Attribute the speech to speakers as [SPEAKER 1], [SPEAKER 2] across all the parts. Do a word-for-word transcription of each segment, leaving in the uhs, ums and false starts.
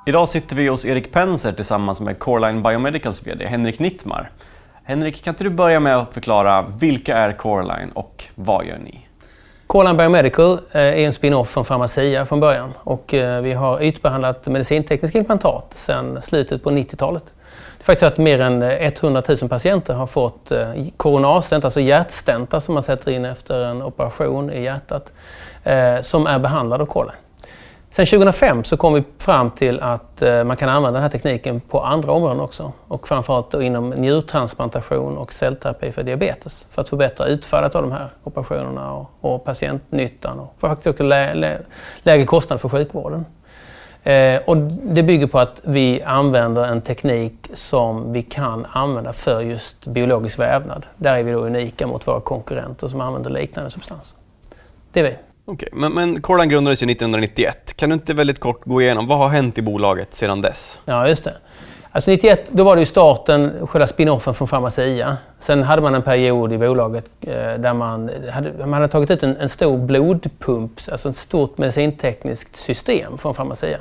[SPEAKER 1] Idag sitter vi hos Erik Penser tillsammans med Coreline Biomedicals vd Henrik Nittmar. Henrik, kan inte du börja med att förklara vilka är Coreline och vad gör ni?
[SPEAKER 2] Coreline Biomedical är en spin-off från Pharmacia från början och vi har ytbehandlat medicintekniska implantat sedan slutet på nittiotalet. Det är faktiskt så att mer än hundratusen patienter har fått koronastent, alltså hjärtstentar som man sätter in efter en operation i hjärtat, som är behandlade av Coreline. Sen tjugohundrafem så kom vi fram till att man kan använda den här tekniken på andra områden också. Och framförallt inom njurtransplantation och cellterapi för diabetes. För att förbättra utfallet av de här operationerna och, och patientnyttan. Och för faktiskt också lä, lä, lägre kostnader för sjukvården. Eh, och det bygger på att vi använder en teknik som vi kan använda för just biologisk vävnad. Där är vi då unika mot våra konkurrenter som använder liknande substanser. Det är vi.
[SPEAKER 1] Okej, men, men Coreline grundades ju nittonhundranittioett. Kan du inte väldigt kort gå igenom vad har hänt i bolaget sedan dess?
[SPEAKER 2] Ja, just det. Alltså nittioett, då var det ju starten, själva spin-offen från Pharmacia. Sen hade man en period i bolaget eh, där man hade, man hade tagit ut en, en stor blodpump, alltså ett stort medicintekniskt system från Pharmacia.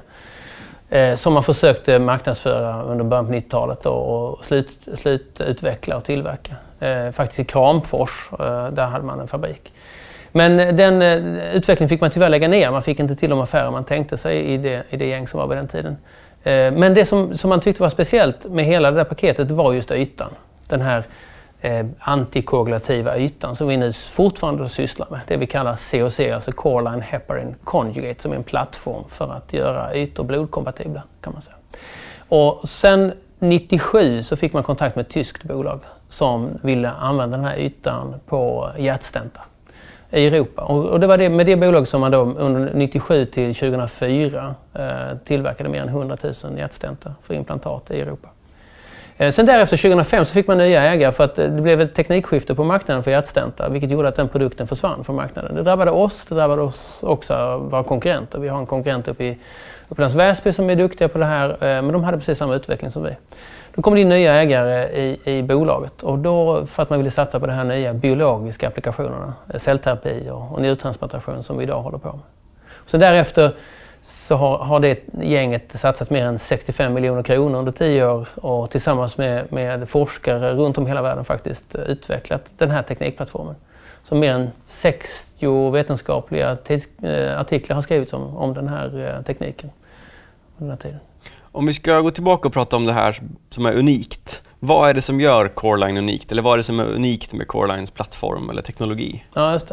[SPEAKER 2] Eh, som man försökte marknadsföra under början på nittiotalet och, och slut, slututveckla och tillverka. Eh, faktiskt i Kramfors, eh, där hade man en fabrik. Men den eh, utvecklingen fick man tyvärr lägga ner. Man fick inte till de affärer man tänkte sig i det, i det gäng som var vid den tiden. Eh, men det som, som man tyckte var speciellt med hela det där paketet var just ytan. Den här eh, antikoagulativa ytan som vi nu fortfarande sysslar med. Det vi kallar C O C, alltså Coreline Heparin Conjugate, som är en plattform för att göra ytor blodkompatibla, kan man säga. Och sen nittiosju så fick man kontakt med ett tyskt bolag som ville använda den här ytan på hjärtstentar i Europa. Och det var det, med det bolag som man då under nittiosju till tjugohundrafyra eh, tillverkade mer än hundratusen hjärtstentar för implantat i Europa. Eh, sen därefter tjugohundrafem så fick man nya ägare för att det blev ett teknikskifte på marknaden för hjärtstentar, vilket gjorde att den produkten försvann från marknaden. Det drabbade oss, det drabbade oss också våra konkurrenter. Vi har en konkurrent uppe i Upplands Väsby som är duktiga på det här, eh, men de hade precis samma utveckling som vi. Då kom det in nya ägare i, i bolaget och då för att man ville satsa på de här nya biologiska applikationerna, cellterapi och, och njurtransplantation som vi idag håller på med. Så därefter så har, har det gänget satsat mer än sextiofem miljoner kronor under tio år och tillsammans med, med forskare runt om hela världen faktiskt utvecklat den här teknikplattformen. Så mer än sextio vetenskapliga tids- artiklar har skrivits om, om den här tekniken under den här tiden.
[SPEAKER 1] Om vi ska gå tillbaka och prata om det här som är unikt. Vad är det som gör Coreline unikt? Eller vad är det som är unikt med Corelines plattform eller teknologi?
[SPEAKER 2] Ja, just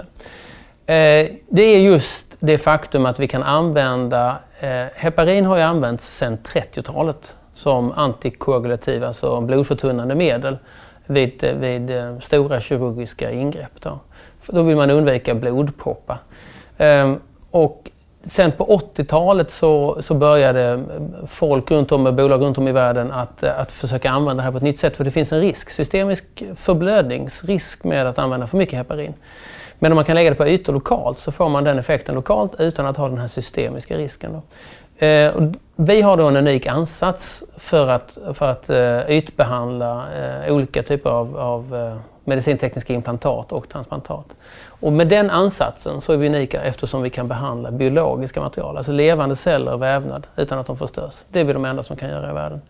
[SPEAKER 2] det. Eh, det är just det faktum att vi kan använda... Eh, heparin har ju använts sedan trettiotalet som antikoagulativ, alltså blodförtunnande medel vid, vid eh, stora kirurgiska ingrepp. Då. Då vill man undvika blodproppar. Eh, och Sen på åttiotalet så, så började folk runt om, bolag runt om i världen att, att försöka använda det här på ett nytt sätt. För det finns en risk, systemisk förblödningsrisk med att använda för mycket heparin. Men om man kan lägga det på ytor lokalt så får man den effekten lokalt utan att ha den här systemiska risken. Då. Eh, och vi har då en unik ansats för att, för att eh, ytbehandla eh, olika typer av, av eh, medicintekniska implantat och transplantat. Och med den ansatsen så är vi unika eftersom vi kan behandla biologiska material, alltså levande celler och vävnad utan att de förstörs. Det är vi de enda som kan göra i världen.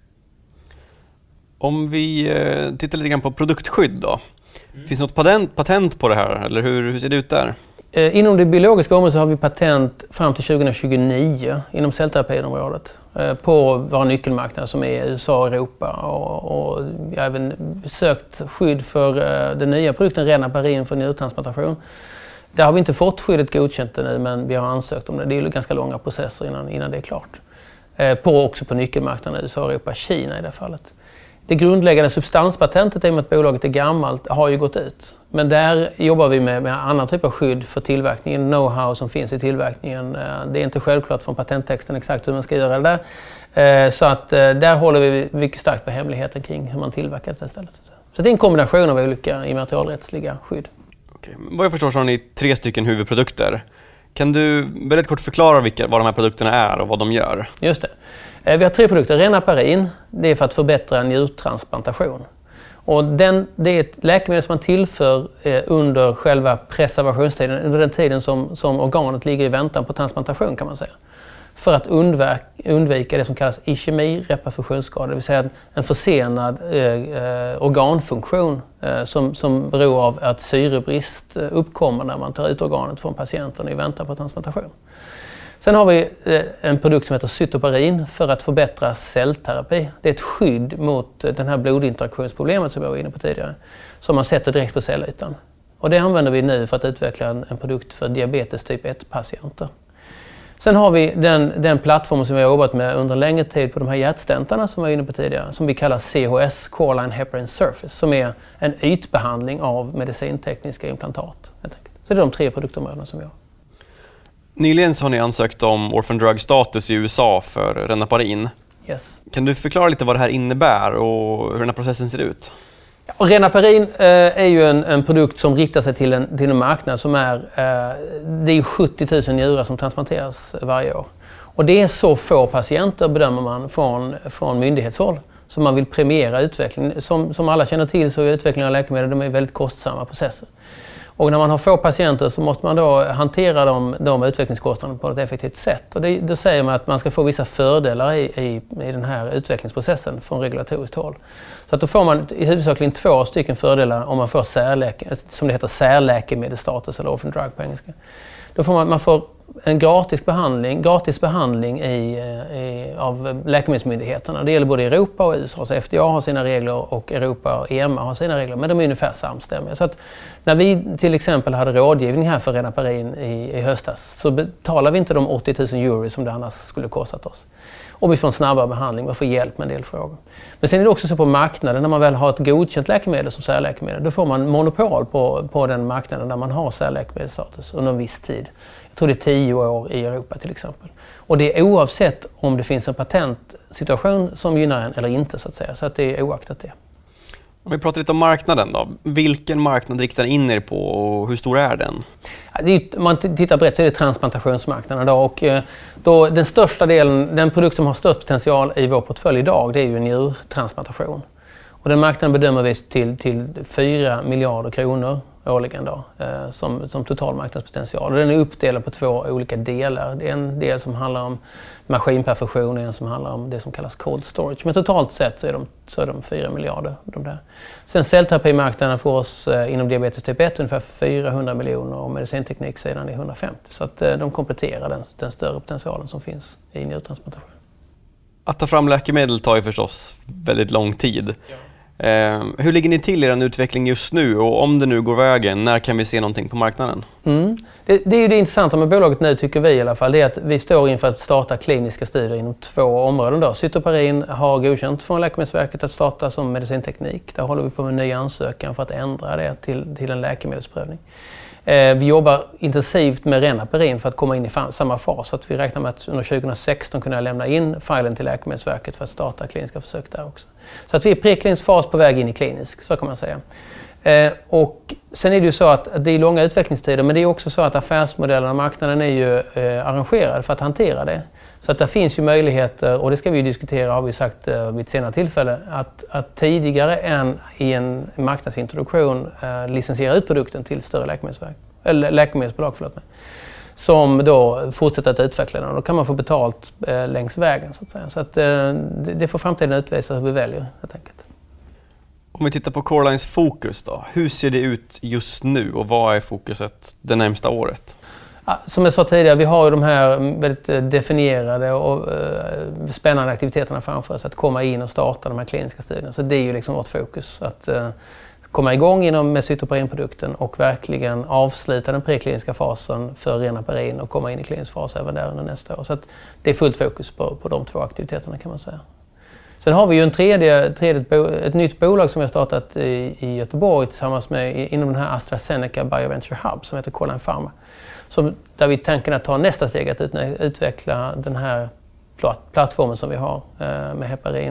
[SPEAKER 1] Om vi eh, tittar lite grann på produktskydd då. Mm. Finns det något patent, patent på det här eller hur, hur ser det ut där?
[SPEAKER 2] Eh, inom det biologiska området så har vi patent fram till tjugohundratjugonio inom cellterapiområdet eh, på våra nyckelmarknader som är U S A och Europa. Och, och vi har även sökt skydd för eh, den nya produkten Renaparin för njurtransplantation. Där har vi inte fått skyddet godkänt ännu, men vi har ansökt om det. Det är ganska långa processer innan, innan det är klart. Eh, på, också på nyckelmarknaderna U S A, Europa, Kina i det fallet. Det grundläggande substanspatentet i och med att bolaget är gammalt har ju gått ut. Men där jobbar vi med, med annan typ av skydd för tillverkningen, know-how som finns i tillverkningen. Det är inte självklart från patenttexten exakt hur man ska göra det där. Så att där håller vi mycket starkt på hemligheten kring hur man tillverkar det istället. Så det är en kombination av olika immaterialrättsliga skydd.
[SPEAKER 1] Okej. Vad jag förstår så har ni tre stycken huvudprodukter. Kan du väldigt kort förklara vilka, vad de här produkterna är och vad de gör?
[SPEAKER 2] Just det. Vi har tre produkter. Renaparin, det är för att förbättra njurtransplantation. Och den, det är ett läkemedel som man tillför under själva preservationstiden, under den tiden som, som organet ligger i väntan på transplantation kan man säga. för att undvika, undvika det som kallas ischemi-reperfusionsskada, det vill säga en försenad eh, organfunktion eh, som, som beror av att syrebrist uppkommer när man tar ut organet från patienten i väntan på transplantation. Sen har vi en produkt som heter cytoparin för att förbättra cellterapi. Det är ett skydd mot den här blodinteraktionsproblemet som jag var inne på tidigare, som man sätter direkt på cellytan. Och det använder vi nu för att utveckla en, en produkt för diabetes typ ett-patienter. Sen har vi den, den plattform som vi har jobbat med under en längre tid på de här hjärtstentarna som jag var inne på tidigare, som vi kallar C H S, Core Line Heparin Surface, som är en ytbehandling av medicintekniska implantat. Så det är de tre produktområdena som vi har.
[SPEAKER 1] Nyligen så har ni ansökt om Orphan Drug-status i U S A för Renaparin.
[SPEAKER 2] Yes.
[SPEAKER 1] Kan du förklara lite vad det här innebär och hur den här processen ser ut?
[SPEAKER 2] Ja, och Renaparin eh, är ju en, en produkt som riktar sig till en, till en marknad som är, eh, det är sjuttio tusen njurar som transplanteras varje år. Och det är så få patienter, bedömer man från, från myndighetshåll, som man vill premiera utveckling. Som, som alla känner till så är utveckling av läkemedel, de är väldigt kostsamma processer. Och när man har få patienter så måste man då hantera de, de utvecklingskostnaderna på ett effektivt sätt. Och det, då säger man att man ska få vissa fördelar i, i, i den här utvecklingsprocessen från regulatoriskt håll. Så att då får man i huvudsakligen två stycken fördelar om man får särläke, som det heter särläkemedelsstatus eller orphan drug på engelska. Då får man, man får en gratis behandling, gratis behandling i, i, av läkemedelsmyndigheterna. Det gäller både Europa och U S A. Så F D A har sina regler och Europa och E M A har sina regler, men de är ungefär samstämmiga. Så att när vi till exempel hade rådgivning här för Renaparin i, i höstas så betalar vi inte de åttio tusen euro som det annars skulle kostat oss. Och vi får en snabbare behandling och får hjälp med en del frågor. Men sen är det också så på marknaden, när man väl har ett godkänt läkemedel som särläkemedel, då får man monopol på, på den marknaden där man har särläkemedelsstatus under en viss tid. Jag tror det är tio år i Europa till exempel. Och det är oavsett om det finns en patentsituation som gynnar en eller inte så att säga. Så att det är oaktat det.
[SPEAKER 1] Om vi pratar lite om marknaden då. Vilken marknad riktar in er på och hur stor är den?
[SPEAKER 2] Om man tittar brett så är det transplantationsmarknaden idag. Och då den största delen, den produkt som har störst potential i vår portfölj idag, det är ju njurtransplantation. Och den marknaden bedömer vi till, till fyra miljarder kronor årligen då, eh, som, som total marknadspotential. Och den är uppdelad på två olika delar. Det är en del som handlar om maskinperfusion och en som handlar om det som kallas cold storage. Men totalt sett så är de, så är de fyra miljarder. De där. Sen cellterapimarknaden för oss eh, inom diabetes typ ett ungefär fyrahundra miljoner och medicintekniksidan är hundrafemtio. Så att eh, de kompletterar den, den större potentialen som finns i njurtransplantation.
[SPEAKER 1] Att ta fram läkemedel tar ju förstås väldigt lång tid. Ja. Eh, hur ligger ni till i den utveckling just nu och om det nu går vägen, när kan vi se någonting på marknaden?
[SPEAKER 2] Mm. Det, det är ju det intressanta med bolaget nu tycker vi i alla fall, det är att vi står inför att starta kliniska studier inom två områden. Då. Cytoparin har godkänt från Läkemedelsverket att starta som medicinteknik. Där håller vi på med en ny ansökan för att ändra det till, till en läkemedelsprövning. Eh, vi jobbar intensivt med Renaparin för att komma in i samma fas. Så att vi räknar med att under tjugohundrasexton kunna lämna in filen till Läkemedelsverket för att starta kliniska försök där också. Så att vi är i preklinisk fas på väg in i klinisk, så kan man säga. Eh, och sen är det ju så att det är långa utvecklingstider, men det är också så att affärsmodellerna och marknaden är ju eh, arrangerade för att hantera det. Så att det finns ju möjligheter, och det ska vi diskutera har vi sagt eh, vid ett senare tillfälle, att, att tidigare än i en marknadsintroduktion eh, licensiera ut produkten till större läkemedelsverk, eller läkemedelsbolag, förlåt mig, som då fortsätter att utveckla den. Och då kan man få betalt eh, längs vägen så att säga. Så att eh, det, det får framtiden utvisa hur vi väljer helt enkelt.
[SPEAKER 1] Om vi tittar på Core Lines fokus då, hur ser det ut just nu och vad är fokuset det närmsta året?
[SPEAKER 2] Ja, som jag sa tidigare, vi har ju de här väldigt definierade och uh, spännande aktiviteterna framför oss, att komma in och starta de här kliniska studierna. Så det är ju liksom vårt fokus, att uh, komma igång inom med cytoparinprodukten och verkligen avsluta den prekliniska fasen för Renaparin och komma in i klinisk fas även där under nästa år. Så att det är fullt fokus på, på de två aktiviteterna kan man säga. Sen har vi ju en tredje, tredje, ett nytt bolag som vi har startat i, i Göteborg tillsammans med inom den här AstraZeneca BioVenture Hub som heter Core Line Pharma. Som, där vi tänker att ta nästa steg att utveckla den här plattformen som vi har med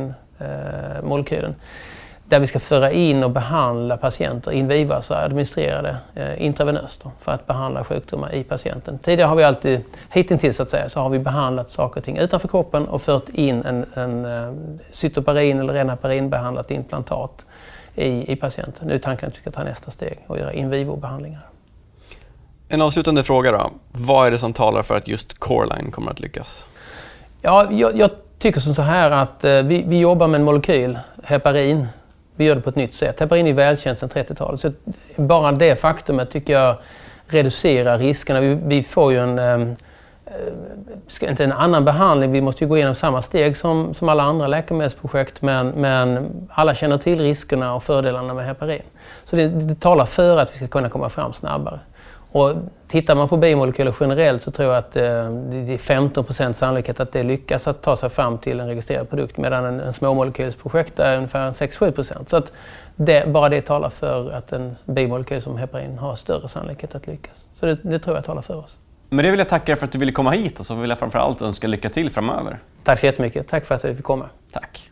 [SPEAKER 2] heparin-molekylen. Där vi ska föra in och behandla patienter in vivo, alltså administrerade intravenöst för att behandla sjukdomar i patienten. Tidigare har vi alltid, hittills så att säga, så har vi behandlat saker och ting utanför kroppen och fört in en, en cytoparin eller Renaparin behandlat implantat i, i patienten. Nu är tanken att vi ska ta nästa steg och göra in vivo-behandlingar.
[SPEAKER 1] En avslutande fråga då. Vad är det som talar för att just Coreline kommer att lyckas?
[SPEAKER 2] Ja, jag, jag tycker som så här att eh, vi, vi jobbar med en molekyl, heparin. Vi gör det på ett nytt sätt. Heparin är välkänt sedan trettiotalet. Så bara det faktumet tycker jag reducerar riskerna. Vi, vi får ju en, eh, inte en annan behandling. Vi måste ju gå igenom samma steg som, som alla andra läkemedelsprojekt. Men, men alla känner till riskerna och fördelarna med heparin. Så det, det talar för att vi ska kunna komma fram snabbare. Och tittar man på biomolekyler generellt så tror jag att eh, det är femton procent sannolikhet att det lyckas att ta sig fram till en registrerad produkt, medan en, en småmolekylsprojekt är ungefär sex till sju procent. Så att det, bara det talar för att en biomolekyl som heparin har större sannolikhet att lyckas. Så det, det tror jag talar för oss.
[SPEAKER 1] Men det vill jag tacka för att du ville komma hit, och så vill jag framförallt önska lycka till framöver.
[SPEAKER 2] Tack så jättemycket. Tack för att vi fick komma.
[SPEAKER 1] Tack.